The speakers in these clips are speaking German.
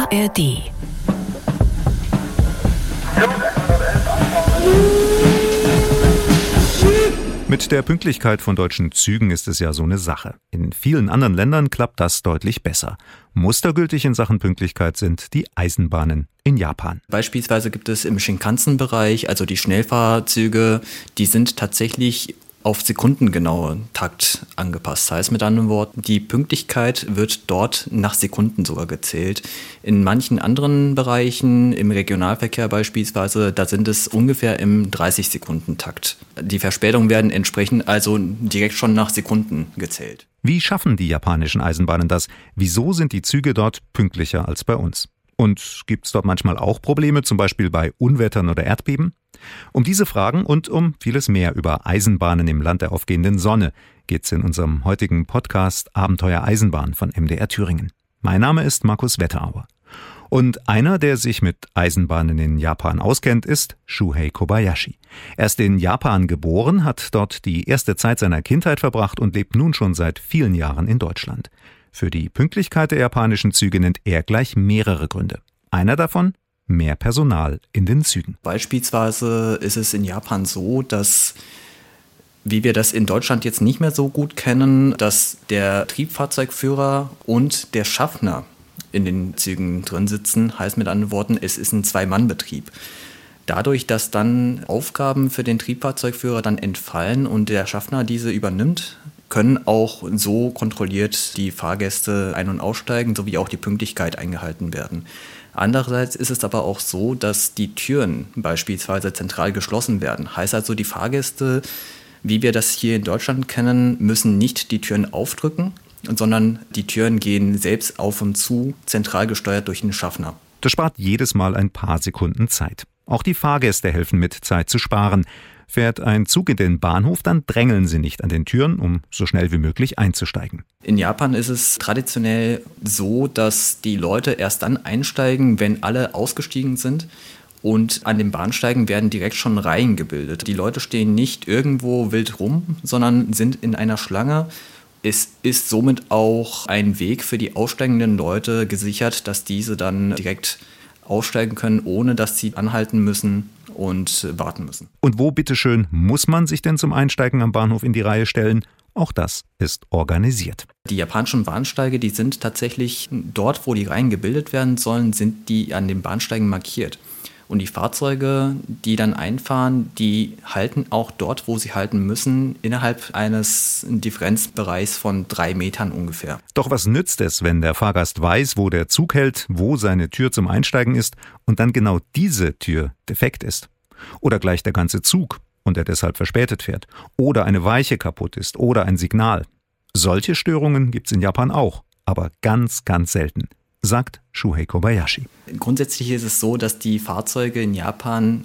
ARD. Mit der Pünktlichkeit von deutschen Zügen ist es ja so eine Sache. In vielen anderen Ländern klappt das deutlich besser. Mustergültig in Sachen Pünktlichkeit sind die Eisenbahnen in Japan. Beispielsweise gibt es im Shinkansen-Bereich, also die Schnellfahrzüge, die sind tatsächlich auf sekundengenaue Takt angepasst. Das heißt mit anderen Worten, die Pünktlichkeit wird dort nach Sekunden sogar gezählt. In manchen anderen Bereichen, im Regionalverkehr beispielsweise, da sind es ungefähr im 30-Sekunden-Takt. Die Verspätungen werden entsprechend also direkt schon nach Sekunden gezählt. Wie schaffen die japanischen Eisenbahnen das? Wieso sind die Züge dort pünktlicher als bei uns? Und gibt es dort manchmal auch Probleme, zum Beispiel bei Unwettern oder Erdbeben? Um diese Fragen und um vieles mehr über Eisenbahnen im Land der aufgehenden Sonne geht's in unserem heutigen Podcast Abenteuer Eisenbahn von MDR Thüringen. Mein Name ist Markus Wetterauer. Und einer, der sich mit Eisenbahnen in Japan auskennt, ist Shuhei Kobayashi. Er ist in Japan geboren, hat dort die erste Zeit seiner Kindheit verbracht und lebt nun schon seit vielen Jahren in Deutschland. Für die Pünktlichkeit der japanischen Züge nennt er gleich mehrere Gründe. Einer davon: mehr Personal in den Zügen. Beispielsweise ist es in Japan so, dass, wie wir das in Deutschland jetzt nicht mehr so gut kennen, dass der Triebfahrzeugführer und der Schaffner in den Zügen drin sitzen. Heißt mit anderen Worten, es ist ein Zwei-Mann-Betrieb. Dadurch, dass dann Aufgaben für den Triebfahrzeugführer dann entfallen und der Schaffner diese übernimmt, können auch so kontrolliert die Fahrgäste ein- und aussteigen, sowie auch die Pünktlichkeit eingehalten werden. Andererseits ist es aber auch so, dass die Türen beispielsweise zentral geschlossen werden. Heißt also, die Fahrgäste, wie wir das hier in Deutschland kennen, müssen nicht die Türen aufdrücken, sondern die Türen gehen selbst auf und zu, zentral gesteuert durch den Schaffner. Das spart jedes Mal ein paar Sekunden Zeit. Auch die Fahrgäste helfen mit, Zeit zu sparen. Fährt ein Zug in den Bahnhof, dann drängeln sie nicht an den Türen, um so schnell wie möglich einzusteigen. In Japan ist es traditionell so, dass die Leute erst dann einsteigen, wenn alle ausgestiegen sind. Und an den Bahnsteigen werden direkt schon Reihen gebildet. Die Leute stehen nicht irgendwo wild rum, sondern sind in einer Schlange. Es ist somit auch ein Weg für die aussteigenden Leute gesichert, dass diese dann direkt aussteigen können, ohne dass sie anhalten müssen und warten müssen. Und wo, bitteschön, muss man sich denn zum Einsteigen am Bahnhof in die Reihe stellen? Auch das ist organisiert. Die japanischen Bahnsteige, die sind tatsächlich dort, wo die Reihen gebildet werden sollen, sind die an den Bahnsteigen markiert. Und die Fahrzeuge, die dann einfahren, die halten auch dort, wo sie halten müssen, innerhalb eines Differenzbereichs von 3 Metern ungefähr. Doch was nützt es, wenn der Fahrgast weiß, wo der Zug hält, wo seine Tür zum Einsteigen ist und dann genau diese Tür defekt ist? Oder gleich der ganze Zug und er deshalb verspätet fährt? Oder eine Weiche kaputt ist oder ein Signal? Solche Störungen gibt's in Japan auch, aber ganz, ganz selten, sagt Shuhei Kobayashi. Grundsätzlich ist es so, dass die Fahrzeuge in Japan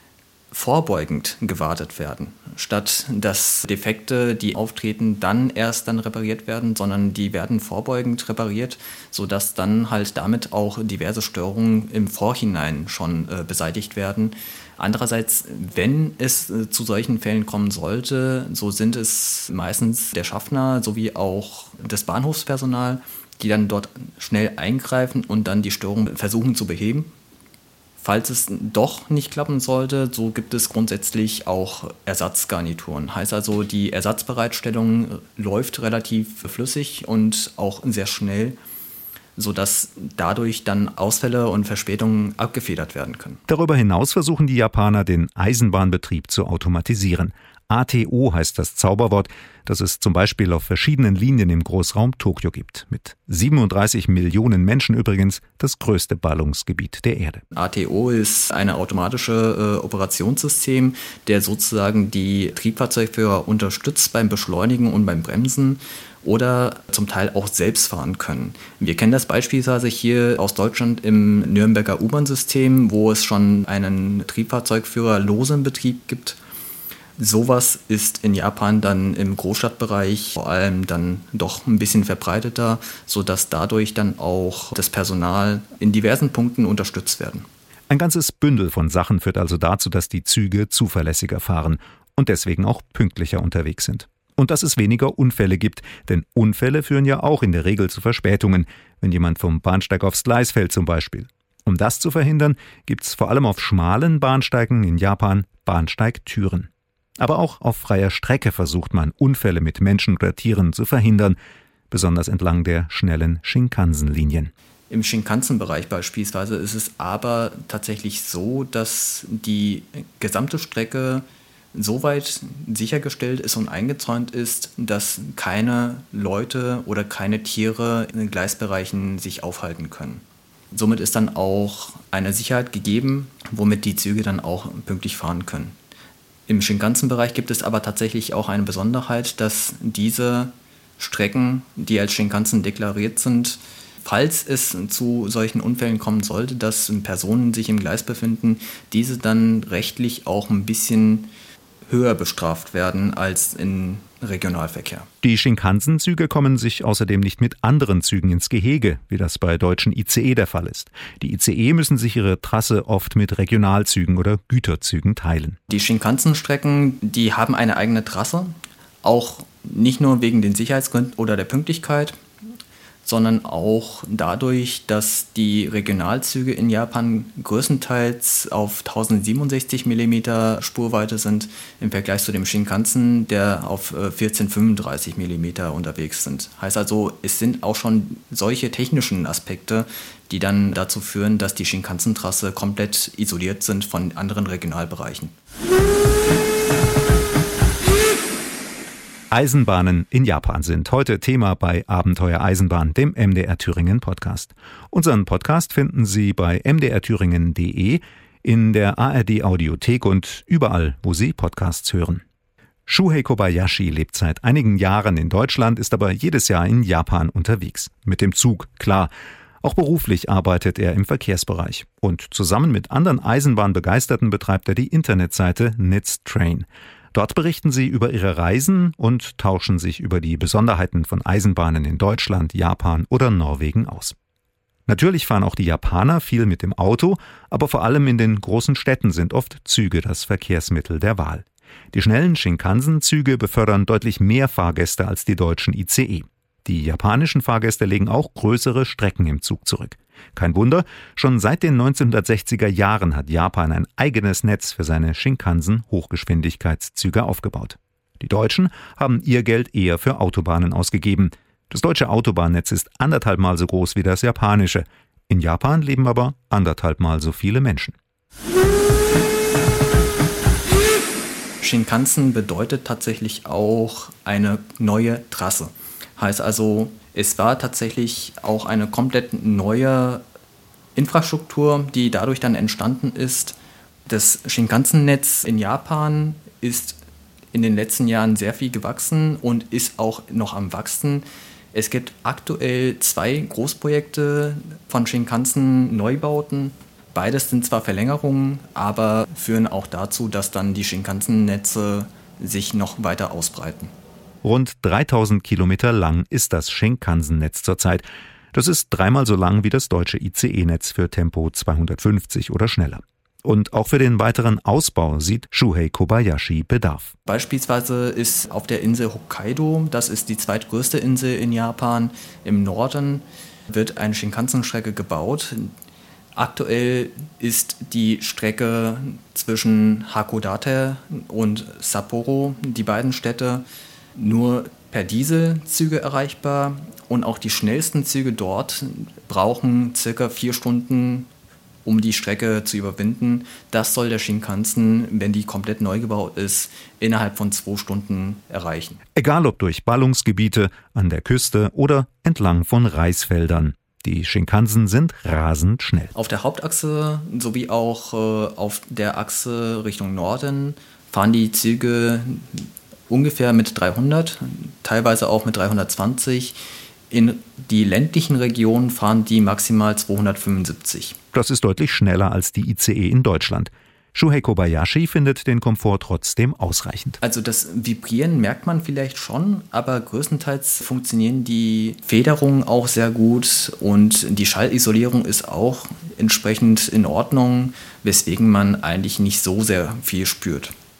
vorbeugend gewartet werden, statt dass Defekte, die auftreten, dann repariert werden, sondern die werden vorbeugend repariert, sodass dann halt damit auch diverse Störungen im Vorhinein schon beseitigt werden. Andererseits, wenn es zu solchen Fällen kommen sollte, so sind es meistens der Schaffner sowie auch das Bahnhofspersonal, die dann dort schnell eingreifen und dann die Störung versuchen zu beheben. Falls es doch nicht klappen sollte, so gibt es grundsätzlich auch Ersatzgarnituren. Heißt also, die Ersatzbereitstellung läuft relativ flüssig und auch sehr schnell, sodass dadurch dann Ausfälle und Verspätungen abgefedert werden können. Darüber hinaus versuchen die Japaner, den Eisenbahnbetrieb zu automatisieren. ATO heißt das Zauberwort, das es zum Beispiel auf verschiedenen Linien im Großraum Tokio gibt. Mit 37 Millionen Menschen übrigens das größte Ballungsgebiet der Erde. ATO ist ein automatisches Operationssystem, der sozusagen die Triebfahrzeugführer unterstützt beim Beschleunigen und beim Bremsen oder zum Teil auch selbst fahren können. Wir kennen das beispielsweise hier aus Deutschland im Nürnberger U-Bahn-System, wo es schon einen Triebfahrzeugführer lose im Betrieb gibt. Sowas ist in Japan dann im Großstadtbereich vor allem dann doch ein bisschen verbreiteter, sodass dadurch dann auch das Personal in diversen Punkten unterstützt werden. Ein ganzes Bündel von Sachen führt also dazu, dass die Züge zuverlässiger fahren und deswegen auch pünktlicher unterwegs sind. Und dass es weniger Unfälle gibt, denn Unfälle führen ja auch in der Regel zu Verspätungen, wenn jemand vom Bahnsteig aufs Gleis fällt zum Beispiel. Um das zu verhindern, gibt es vor allem auf schmalen Bahnsteigen in Japan Bahnsteigtüren. Aber auch auf freier Strecke versucht man, Unfälle mit Menschen oder Tieren zu verhindern, besonders entlang der schnellen Shinkansen-Linien. Im Shinkansen-Bereich beispielsweise ist es aber tatsächlich so, dass die gesamte Strecke so weit sichergestellt ist und eingezäunt ist, dass keine Leute oder keine Tiere in den Gleisbereichen sich aufhalten können. Somit ist dann auch eine Sicherheit gegeben, womit die Züge dann auch pünktlich fahren können. Im Shinkansen-Bereich gibt es aber tatsächlich auch eine Besonderheit, dass diese Strecken, die als Shinkansen deklariert sind, falls es zu solchen Unfällen kommen sollte, dass Personen sich im Gleis befinden, diese dann rechtlich auch ein bisschen höher bestraft werden als im Regionalverkehr. Die Shinkansen-Züge kommen sich außerdem nicht mit anderen Zügen ins Gehege, wie das bei deutschen ICE der Fall ist. Die ICE müssen sich ihre Trasse oft mit Regionalzügen oder Güterzügen teilen. Die Shinkansen-Strecken, die haben eine eigene Trasse, auch nicht nur wegen den Sicherheitsgründen oder der Pünktlichkeit, sondern auch dadurch, dass die Regionalzüge in Japan größtenteils auf 1067 mm Spurweite sind, im Vergleich zu dem Shinkansen, der auf 1435 mm unterwegs sind. Heißt also, es sind auch schon solche technischen Aspekte, die dann dazu führen, dass die Shinkansen-Trasse komplett isoliert sind von anderen Regionalbereichen. Eisenbahnen in Japan sind heute Thema bei Abenteuer Eisenbahn, dem MDR Thüringen Podcast. Unseren Podcast finden Sie bei mdrthüringen.de, in der ARD Audiothek und überall, wo Sie Podcasts hören. Shuhei Kobayashi lebt seit einigen Jahren in Deutschland, ist aber jedes Jahr in Japan unterwegs. Mit dem Zug, klar. Auch beruflich arbeitet er im Verkehrsbereich. Und zusammen mit anderen Eisenbahnbegeisterten betreibt er die Internetseite Nitz-Train. Dort berichten sie über ihre Reisen und tauschen sich über die Besonderheiten von Eisenbahnen in Deutschland, Japan oder Norwegen aus. Natürlich fahren auch die Japaner viel mit dem Auto, aber vor allem in den großen Städten sind oft Züge das Verkehrsmittel der Wahl. Die schnellen Shinkansen-Züge befördern deutlich mehr Fahrgäste als die deutschen ICE. Die japanischen Fahrgäste legen auch größere Strecken im Zug zurück. Kein Wunder, schon seit den 1960er Jahren hat Japan ein eigenes Netz für seine Shinkansen-Hochgeschwindigkeitszüge aufgebaut. Die Deutschen haben ihr Geld eher für Autobahnen ausgegeben. Das deutsche Autobahnnetz ist 1,5 Mal so groß wie das japanische. In Japan leben aber 1,5 Mal so viele Menschen. Shinkansen bedeutet tatsächlich auch eine neue Trasse. Heißt also, es war tatsächlich auch eine komplett neue Infrastruktur, die dadurch dann entstanden ist. Das Shinkansen-Netz in Japan ist in den letzten Jahren sehr viel gewachsen und ist auch noch am Wachsen. Es gibt aktuell 2 Großprojekte von Shinkansen-Neubauten. Beides sind zwar Verlängerungen, aber führen auch dazu, dass dann die Shinkansen-Netze sich noch weiter ausbreiten. Rund 3000 Kilometer lang ist das Shinkansen-Netz zurzeit. Das ist 3-mal so lang wie das deutsche ICE-Netz für Tempo 250 oder schneller. Und auch für den weiteren Ausbau sieht Shuhei Kobayashi Bedarf. Beispielsweise ist auf der Insel Hokkaido, das ist die zweitgrößte Insel in Japan, im Norden, wird eine Shinkansen-Strecke gebaut. Aktuell ist die Strecke zwischen Hakodate und Sapporo, die beiden Städte, nur per Dieselzüge erreichbar und auch die schnellsten Züge dort brauchen circa 4 Stunden, um die Strecke zu überwinden. Das soll der Shinkansen, wenn die komplett neu gebaut ist, innerhalb von 2 Stunden erreichen. Egal ob durch Ballungsgebiete, an der Küste oder entlang von Reisfeldern. Die Shinkansen sind rasend schnell. Auf der Hauptachse sowie auch auf der Achse Richtung Norden fahren die Züge ungefähr mit 300, teilweise auch mit 320. In die ländlichen Regionen fahren die maximal 275. Das ist deutlich schneller als die ICE in Deutschland. Shuhei Kobayashi findet den Komfort trotzdem ausreichend. Also das Vibrieren merkt man vielleicht schon, aber größtenteils funktionieren die Federungen auch sehr gut und die Schallisolierung ist auch entsprechend in Ordnung, weswegen man eigentlich nicht so sehr viel spürt.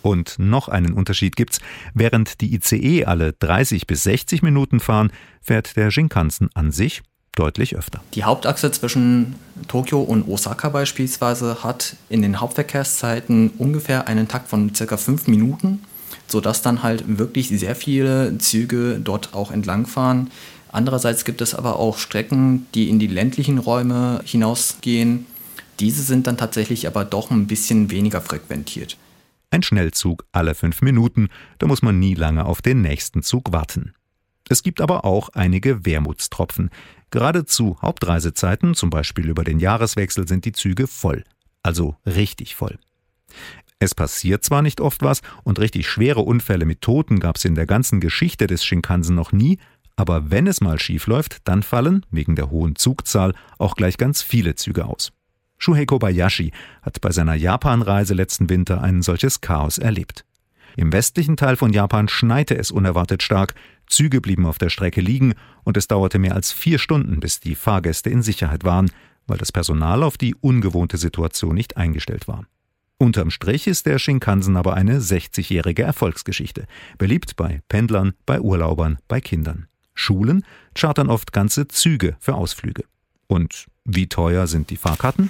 Und noch einen Unterschied gibt's. Während die ICE alle 30 bis 60 Minuten fahren, fährt der Shinkansen an sich deutlich öfter. Die Hauptachse zwischen Tokio und Osaka beispielsweise hat in den Hauptverkehrszeiten ungefähr einen Takt von ca. 5 Minuten, sodass dann halt wirklich sehr viele Züge dort auch entlangfahren. Andererseits gibt es aber auch Strecken, die in die ländlichen Räume hinausgehen. Diese sind dann tatsächlich aber doch ein bisschen weniger frequentiert. Ein Schnellzug alle 5 Minuten, da muss man nie lange auf den nächsten Zug warten. Es gibt aber auch einige Wermutstropfen. Gerade zu Hauptreisezeiten, zum Beispiel über den Jahreswechsel, sind die Züge voll. Also richtig voll. Es passiert zwar nicht oft was und richtig schwere Unfälle mit Toten gab es in der ganzen Geschichte des Shinkansen noch nie, aber wenn es mal schief läuft, dann fallen, wegen der hohen Zugzahl, auch gleich ganz viele Züge aus. Shuhei Kobayashi hat bei seiner Japanreise letzten Winter ein solches Chaos erlebt. Im westlichen Teil von Japan schneite es unerwartet stark, Züge blieben auf der Strecke liegen und es dauerte mehr als 4 Stunden, bis die Fahrgäste in Sicherheit waren, weil das Personal auf die ungewohnte Situation nicht eingestellt war. Unterm Strich ist der Shinkansen aber eine 60-jährige Erfolgsgeschichte, beliebt bei Pendlern, bei Urlaubern, bei Kindern. Schulen chartern oft ganze Züge für Ausflüge. Und wie teuer sind die Fahrkarten?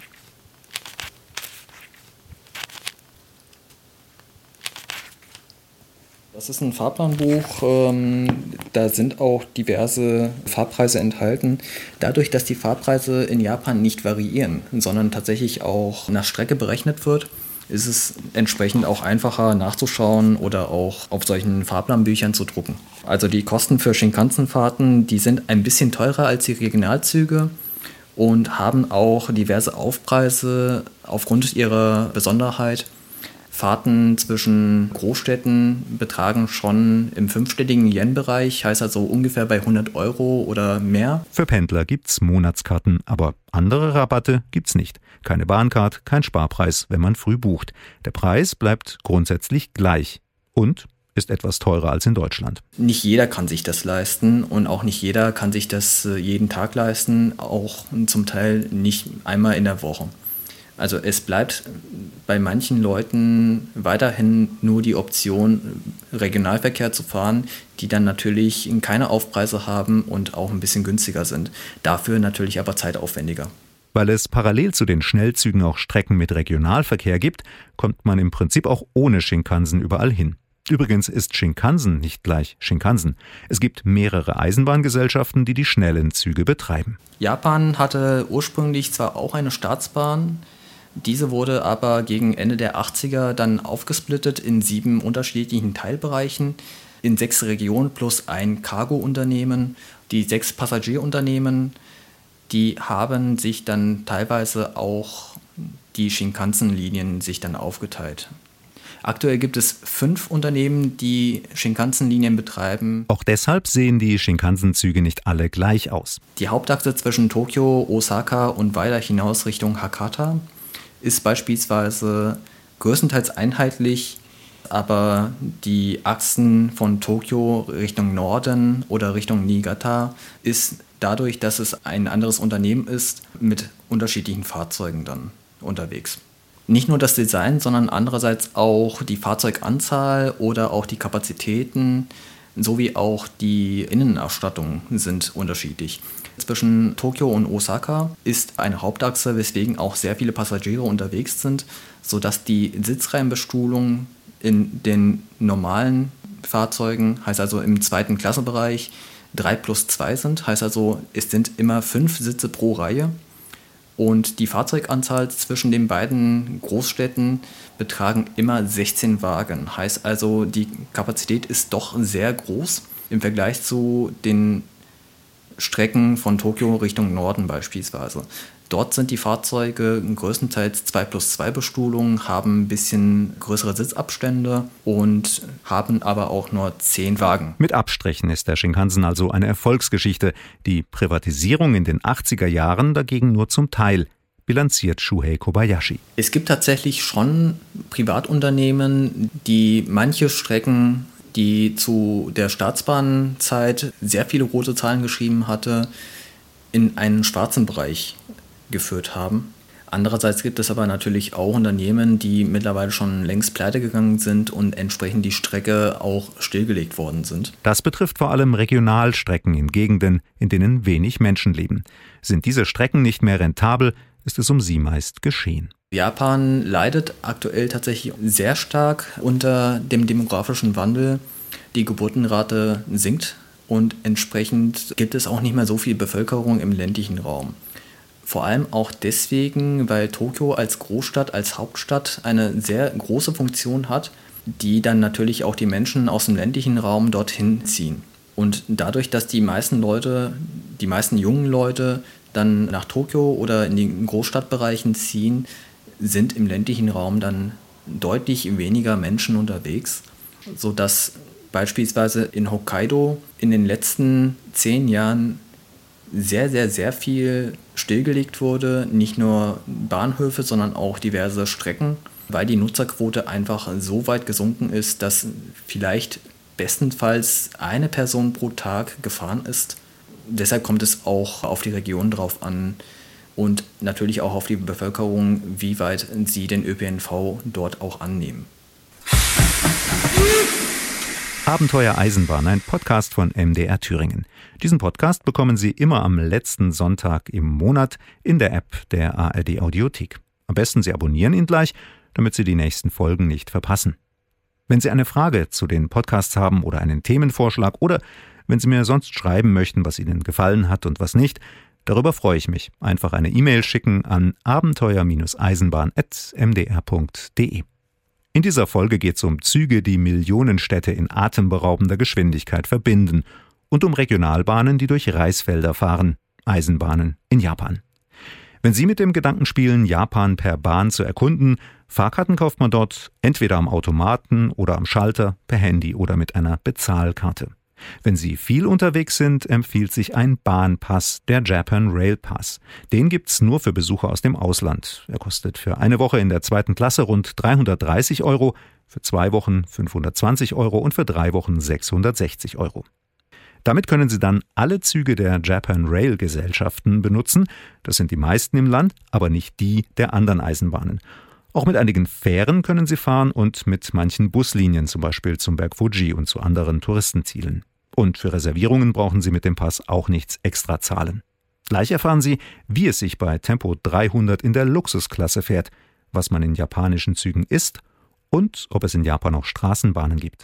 Das ist ein Fahrplanbuch, da sind auch diverse Fahrpreise enthalten. Dadurch, dass die Fahrpreise in Japan nicht variieren, sondern tatsächlich auch nach Strecke berechnet wird, ist es entsprechend auch einfacher nachzuschauen oder auch auf solchen Fahrplanbüchern zu drucken. Also die Kosten für Shinkansen-Fahrten, die sind ein bisschen teurer als die Regionalzüge und haben auch diverse Aufpreise aufgrund ihrer Besonderheit. Fahrten zwischen Großstädten betragen schon im 5-stelligen Yen-Bereich, heißt also ungefähr bei 100 € oder mehr. Für Pendler gibt's Monatskarten, aber andere Rabatte gibt's nicht. Keine Bahncard, kein Sparpreis, wenn man früh bucht. Der Preis bleibt grundsätzlich gleich und ist etwas teurer als in Deutschland. Nicht jeder kann sich das leisten und auch nicht jeder kann sich das jeden Tag leisten, auch zum Teil nicht einmal in der Woche. Also es bleibt bei manchen Leuten weiterhin nur die Option, Regionalverkehr zu fahren, die dann natürlich keine Aufpreise haben und auch ein bisschen günstiger sind. Dafür natürlich aber zeitaufwendiger. Weil es parallel zu den Schnellzügen auch Strecken mit Regionalverkehr gibt, kommt man im Prinzip auch ohne Shinkansen überall hin. Übrigens ist Shinkansen nicht gleich Shinkansen. Es gibt mehrere Eisenbahngesellschaften, die die schnellen Züge betreiben. Japan hatte ursprünglich zwar auch eine Staatsbahn, diese wurde aber gegen Ende der 80er dann aufgesplittet in 7 unterschiedlichen Teilbereichen, in 6 Regionen plus ein Cargo-Unternehmen. Die 6 Passagierunternehmen, die haben sich dann teilweise auch die Shinkansen-Linien sich dann aufgeteilt. Aktuell gibt es 5 Unternehmen, die Shinkansen-Linien betreiben. Auch deshalb sehen die Shinkansen-Züge nicht alle gleich aus. Die Hauptachse zwischen Tokio, Osaka und weiter hinaus Richtung Hakata ist beispielsweise größtenteils einheitlich, aber die Achsen von Tokio Richtung Norden oder Richtung Niigata ist dadurch, dass es ein anderes Unternehmen ist, mit unterschiedlichen Fahrzeugen dann unterwegs. Nicht nur das Design, sondern andererseits auch die Fahrzeuganzahl oder auch die Kapazitäten sowie auch die Innenausstattung sind unterschiedlich. Zwischen Tokio und Osaka ist eine Hauptachse, weswegen auch sehr viele Passagiere unterwegs sind, sodass die Sitzreihenbestuhlung in den normalen Fahrzeugen, heißt also im 2. Klassebereich, 3+2 sind, heißt also es sind immer 5 Sitze pro Reihe. Und die Fahrzeuganzahl zwischen den beiden Großstädten betragen immer 16 Wagen. Heißt also, die Kapazität ist doch sehr groß im Vergleich zu den Strecken von Tokio Richtung Norden beispielsweise. Dort sind die Fahrzeuge größtenteils 2+2 Bestuhlung, haben ein bisschen größere Sitzabstände und haben aber auch nur 10 Wagen. Mit Abstrichen ist der Shinkansen also eine Erfolgsgeschichte. Die Privatisierung in den 80er Jahren dagegen nur zum Teil, bilanziert Shuhei Kobayashi. Es gibt tatsächlich schon Privatunternehmen, die manche Strecken, die zu der Staatsbahnzeit sehr viele rote Zahlen geschrieben hatte, in einen schwarzen Bereich geführt haben. Andererseits gibt es aber natürlich auch Unternehmen, die mittlerweile schon längst pleite gegangen sind und entsprechend die Strecke auch stillgelegt worden sind. Das betrifft vor allem Regionalstrecken in Gegenden, in denen wenig Menschen leben. Sind diese Strecken nicht mehr rentabel, ist es um sie meist geschehen. Japan leidet aktuell tatsächlich sehr stark unter dem demografischen Wandel. Die Geburtenrate sinkt und entsprechend gibt es auch nicht mehr so viel Bevölkerung im ländlichen Raum. Vor allem auch deswegen, weil Tokio als Großstadt, als Hauptstadt eine sehr große Funktion hat, die dann natürlich auch die Menschen aus dem ländlichen Raum dorthin ziehen. Und dadurch, dass die meisten jungen Leute dann nach Tokio oder in die Großstadtbereichen ziehen, sind im ländlichen Raum dann deutlich weniger Menschen unterwegs, sodass beispielsweise in Hokkaido in den letzten 10 Jahren sehr, sehr, sehr viel stillgelegt wurde. Nicht nur Bahnhöfe, sondern auch diverse Strecken, weil die Nutzerquote einfach so weit gesunken ist, dass vielleicht bestenfalls eine Person pro Tag gefahren ist. Deshalb kommt es auch auf die Region drauf an und natürlich auch auf die Bevölkerung, wie weit sie den ÖPNV dort auch annehmen. Abenteuer Eisenbahn, ein Podcast von MDR Thüringen. Diesen Podcast bekommen Sie immer am letzten Sonntag im Monat in der App der ARD Audiothek. Am besten Sie abonnieren ihn gleich, damit Sie die nächsten Folgen nicht verpassen. Wenn Sie eine Frage zu den Podcasts haben oder einen Themenvorschlag oder wenn Sie mir sonst schreiben möchten, was Ihnen gefallen hat und was nicht, darüber freue ich mich. Einfach eine E-Mail schicken an abenteuer-eisenbahn@mdr.de. In dieser Folge geht es um Züge, die Millionenstädte in atemberaubender Geschwindigkeit verbinden und um Regionalbahnen, die durch Reisfelder fahren, Eisenbahnen in Japan. Wenn Sie mit dem Gedanken spielen, Japan per Bahn zu erkunden, Fahrkarten kauft man dort entweder am Automaten oder am Schalter, per Handy oder mit einer Bezahlkarte. Wenn Sie viel unterwegs sind, empfiehlt sich ein Bahnpass, der Japan Rail Pass. Den gibt's nur für Besucher aus dem Ausland. Er kostet für eine Woche in der 2. Klasse rund 330 €, für 2 Wochen 520 € und für 3 Wochen 660 €. Damit können Sie dann alle Züge der Japan Rail Gesellschaften benutzen. Das sind die meisten im Land, aber nicht die der anderen Eisenbahnen. Auch mit einigen Fähren können Sie fahren und mit manchen Buslinien, zum Beispiel zum Berg Fuji und zu anderen Touristenzielen. Und für Reservierungen brauchen Sie mit dem Pass auch nichts extra zahlen. Gleich erfahren Sie, wie es sich bei Tempo 300 in der Luxusklasse fährt, was man in japanischen Zügen isst und ob es in Japan auch Straßenbahnen gibt.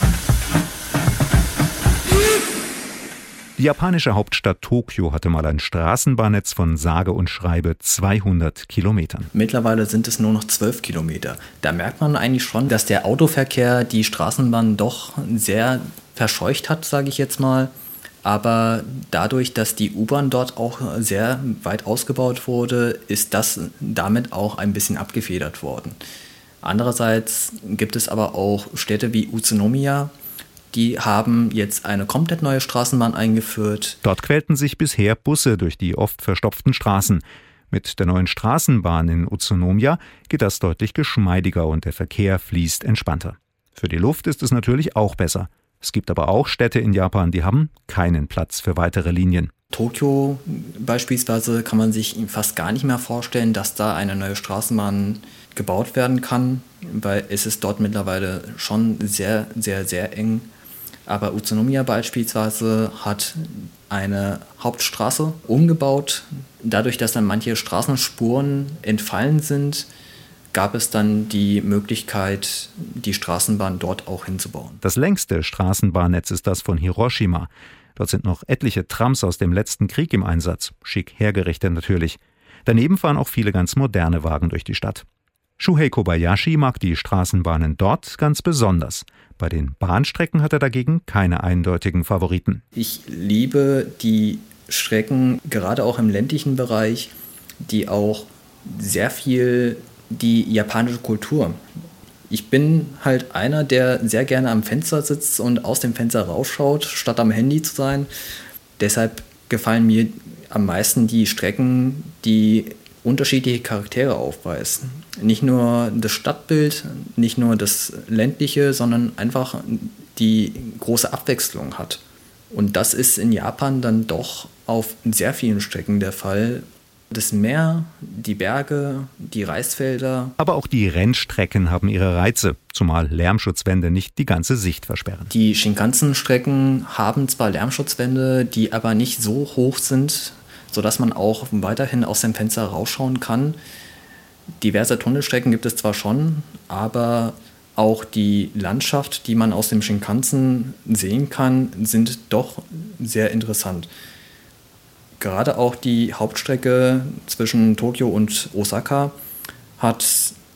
Die japanische Hauptstadt Tokio hatte mal ein Straßenbahnnetz von sage und schreibe 200 Kilometern. Mittlerweile sind es nur noch 12 Kilometer. Da merkt man eigentlich schon, dass der Autoverkehr die Straßenbahn doch sehr verscheucht hat, sage ich jetzt mal. Aber dadurch, dass die U-Bahn dort auch sehr weit ausgebaut wurde, ist das damit auch ein bisschen abgefedert worden. Andererseits gibt es aber auch Städte wie Utsunomiya, die haben jetzt eine komplett neue Straßenbahn eingeführt. Dort quälten sich bisher Busse durch die oft verstopften Straßen. Mit der neuen Straßenbahn in Utsunomiya geht das deutlich geschmeidiger und der Verkehr fließt entspannter. Für die Luft ist es natürlich auch besser. Es gibt aber auch Städte in Japan, die haben keinen Platz für weitere Linien. Tokio beispielsweise kann man sich fast gar nicht mehr vorstellen, dass da eine neue Straßenbahn gebaut werden kann, weil es ist dort mittlerweile schon sehr, sehr, sehr eng. Aber Utsunomiya beispielsweise hat eine Hauptstraße umgebaut. Dadurch, dass dann manche Straßenspuren entfallen sind, gab es dann die Möglichkeit, die Straßenbahn dort auch hinzubauen. Das längste Straßenbahnnetz ist das von Hiroshima. Dort sind noch etliche Trams aus dem letzten Krieg im Einsatz. Schick hergerichtet natürlich. Daneben fahren auch viele ganz moderne Wagen durch die Stadt. Shuhei Kobayashi mag die Straßenbahnen dort ganz besonders. Bei den Bahnstrecken hat er dagegen keine eindeutigen Favoriten. Ich liebe die Strecken, gerade auch im ländlichen Bereich, die auch sehr viel die japanische Kultur. Ich bin halt einer, der sehr gerne am Fenster sitzt und aus dem Fenster rausschaut, statt am Handy zu sein. Deshalb gefallen mir am meisten die Strecken, die unterschiedliche Charaktere aufweisen. Nicht nur das Stadtbild, nicht nur das ländliche, sondern einfach die große Abwechslung hat. Und das ist in Japan dann doch auf sehr vielen Strecken der Fall. Das Meer, die Berge, die Reisfelder. Aber auch die Rennstrecken haben ihre Reize, zumal Lärmschutzwände nicht die ganze Sicht versperren. Die Shinkansen-Strecken haben zwar Lärmschutzwände, die aber nicht so hoch sind, sodass man auch weiterhin aus dem Fenster rausschauen kann. Diverse Tunnelstrecken gibt es zwar schon, aber auch die Landschaft, die man aus dem Shinkansen sehen kann, sind doch sehr interessant. Gerade auch die Hauptstrecke zwischen Tokio und Osaka hat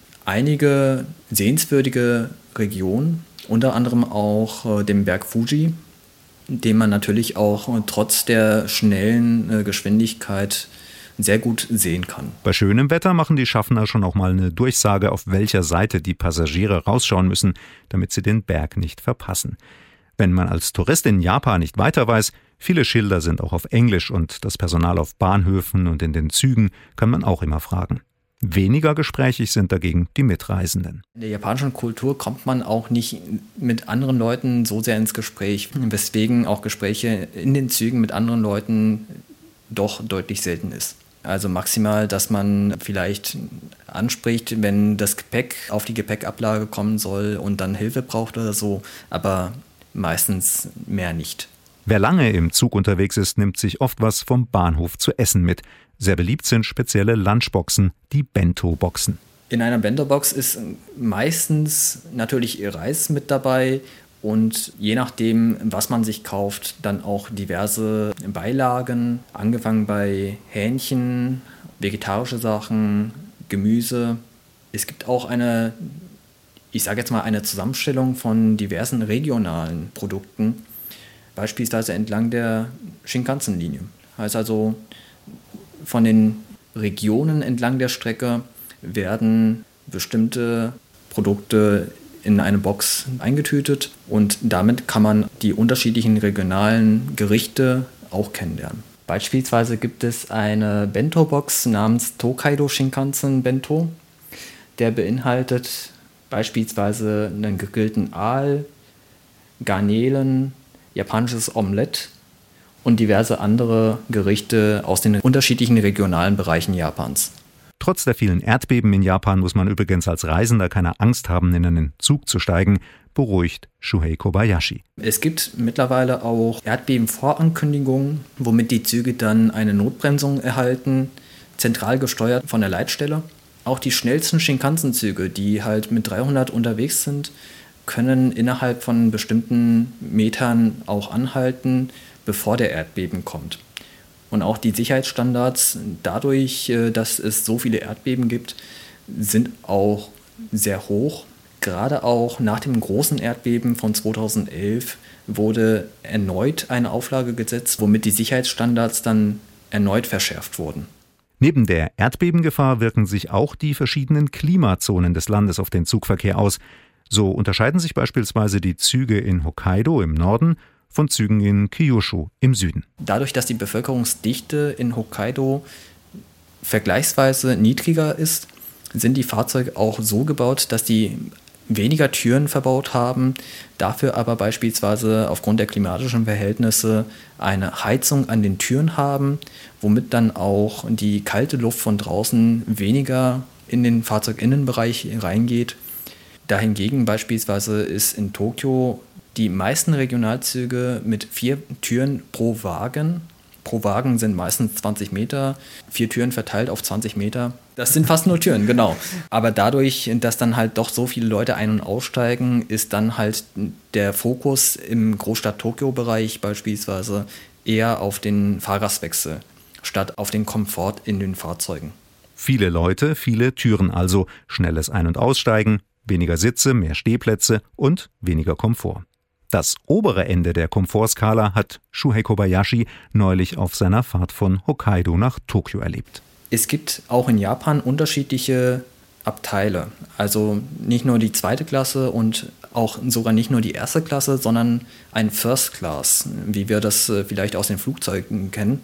einige sehenswürdige Regionen, unter anderem auch den Berg Fuji, den man natürlich auch trotz der schnellen Geschwindigkeit sehr gut sehen kann. Bei schönem Wetter machen die Schaffner schon auch mal eine Durchsage, auf welcher Seite die Passagiere rausschauen müssen, damit sie den Berg nicht verpassen. Wenn man als Tourist in Japan nicht weiter weiß, viele Schilder sind auch auf Englisch und das Personal auf Bahnhöfen und in den Zügen kann man auch immer fragen. Weniger gesprächig sind dagegen die Mitreisenden. In der japanischen Kultur kommt man auch nicht mit anderen Leuten so sehr ins Gespräch, weswegen auch Gespräche in den Zügen mit anderen Leuten doch deutlich selten ist. Also maximal, dass man vielleicht anspricht, wenn das Gepäck auf die Gepäckablage kommen soll und dann Hilfe braucht oder so, aber meistens mehr nicht. Wer lange im Zug unterwegs ist, nimmt sich oft was vom Bahnhof zu essen mit. Sehr beliebt sind spezielle Lunchboxen, die Bento-Boxen. In einer Bento-Box ist meistens natürlich Reis mit dabei und je nachdem, was man sich kauft, dann auch diverse Beilagen, angefangen bei Hähnchen, vegetarische Sachen, Gemüse. Es gibt auch eine Zusammenstellung von diversen regionalen Produkten, beispielsweise entlang der Shinkansen-Linie. Heißt also, von den Regionen entlang der Strecke werden bestimmte Produkte in eine Box eingetütet und damit kann man die unterschiedlichen regionalen Gerichte auch kennenlernen. Beispielsweise gibt es eine Bento-Box namens Tokaido Shinkansen Bento. Der beinhaltet beispielsweise einen gegrillten Aal, Garnelen, japanisches Omelett und diverse andere Gerichte aus den unterschiedlichen regionalen Bereichen Japans. Trotz der vielen Erdbeben in Japan muss man übrigens als Reisender keine Angst haben, in einen Zug zu steigen, beruhigt Shuhei Kobayashi. Es gibt mittlerweile auch Erdbebenvorankündigungen, womit die Züge dann eine Notbremsung erhalten, zentral gesteuert von der Leitstelle. Auch die schnellsten Shinkansen-Züge, die halt mit 300 unterwegs sind, können innerhalb von bestimmten Metern auch anhalten, bevor der Erdbeben kommt. Und auch die Sicherheitsstandards, dadurch, dass es so viele Erdbeben gibt, sind auch sehr hoch. Gerade auch nach dem großen Erdbeben von 2011 wurde erneut eine Auflage gesetzt, womit die Sicherheitsstandards dann erneut verschärft wurden. Neben der Erdbebengefahr wirken sich auch die verschiedenen Klimazonen des Landes auf den Zugverkehr aus. So unterscheiden sich beispielsweise die Züge in Hokkaido im Norden von Zügen in Kyushu im Süden. Dadurch, dass die Bevölkerungsdichte in Hokkaido vergleichsweise niedriger ist, sind die Fahrzeuge auch so gebaut, dass die weniger Türen verbaut haben, dafür aber beispielsweise aufgrund der klimatischen Verhältnisse eine Heizung an den Türen haben, womit dann auch die kalte Luft von draußen weniger in den Fahrzeuginnenbereich reingeht. Dahingegen beispielsweise ist in Tokio die meisten Regionalzüge mit 4 Türen pro Wagen. Pro Wagen sind meistens 20 Meter, 4 Türen verteilt auf 20 Meter. Das sind fast nur Türen, genau. Aber dadurch, dass dann halt doch so viele Leute ein- und aussteigen, ist dann halt der Fokus im Großstadt-Tokio-Bereich beispielsweise eher auf den Fahrgastwechsel, statt auf den Komfort in den Fahrzeugen. Viele Leute, viele Türen also, schnelles Ein- und Aussteigen, weniger Sitze, mehr Stehplätze und weniger Komfort. Das obere Ende der Komfortskala hat Shuhei Kobayashi neulich auf seiner Fahrt von Hokkaido nach Tokio erlebt. Es gibt auch in Japan unterschiedliche Abteile. Also nicht nur die 2. Klasse und auch sogar nicht nur die 1. Klasse, sondern ein First Class, wie wir das vielleicht aus den Flugzeugen kennen.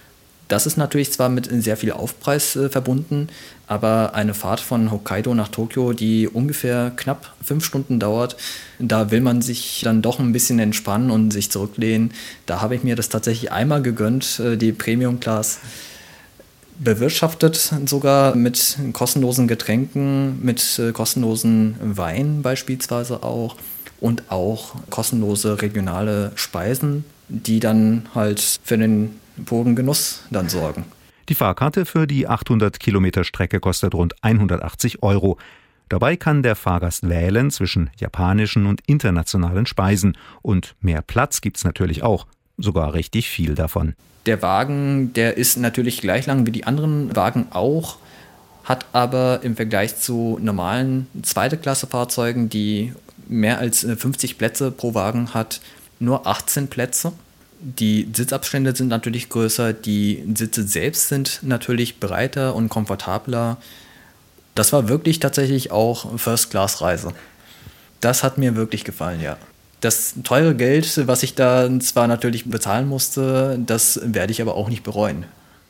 Das ist natürlich zwar mit sehr viel Aufpreis verbunden, aber eine Fahrt von Hokkaido nach Tokio, die ungefähr knapp 5 Stunden dauert, da will man sich dann doch ein bisschen entspannen und sich zurücklehnen. Da habe ich mir das tatsächlich einmal gegönnt, die Premium Class. bewirtschaftet, sogar mit kostenlosen Getränken, mit kostenlosen Wein beispielsweise auch und auch kostenlose regionale Speisen, die dann halt für den puren Genuss dann sorgen. Die Fahrkarte für die 800 Kilometer Strecke kostet rund 180 €. Dabei kann der Fahrgast wählen zwischen japanischen und internationalen Speisen. Und mehr Platz gibt's natürlich auch. Sogar richtig viel davon. Der Wagen, der ist natürlich gleich lang wie die anderen Wagen auch, hat aber im Vergleich zu normalen Zweite-Klasse-Fahrzeugen, die mehr als 50 Plätze pro Wagen hat, nur 18 Plätze. Die Sitzabstände sind natürlich größer, die Sitze selbst sind natürlich breiter und komfortabler. Das war wirklich tatsächlich auch First-Class-Reise. Das hat mir wirklich gefallen, ja. Das teure Geld, was ich da zwar natürlich bezahlen musste, das werde ich aber auch nicht bereuen.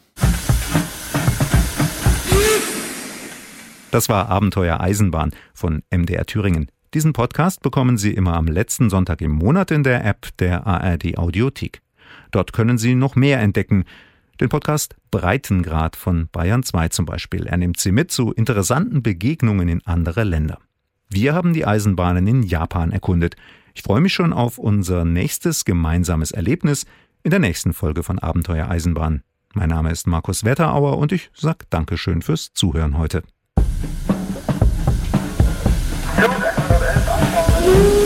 Das war Abenteuer Eisenbahn von MDR Thüringen. Diesen Podcast bekommen Sie immer am letzten Sonntag im Monat in der App der ARD Audiothek. Dort können Sie noch mehr entdecken. Den Podcast Breitengrad von Bayern 2 zum Beispiel. Er nimmt Sie mit zu interessanten Begegnungen in andere Länder. Wir haben die Eisenbahnen in Japan erkundet. Ich freue mich schon auf unser nächstes gemeinsames Erlebnis in der nächsten Folge von Abenteuer Eisenbahn. Mein Name ist Markus Wetterauer und ich sage Dankeschön fürs Zuhören heute.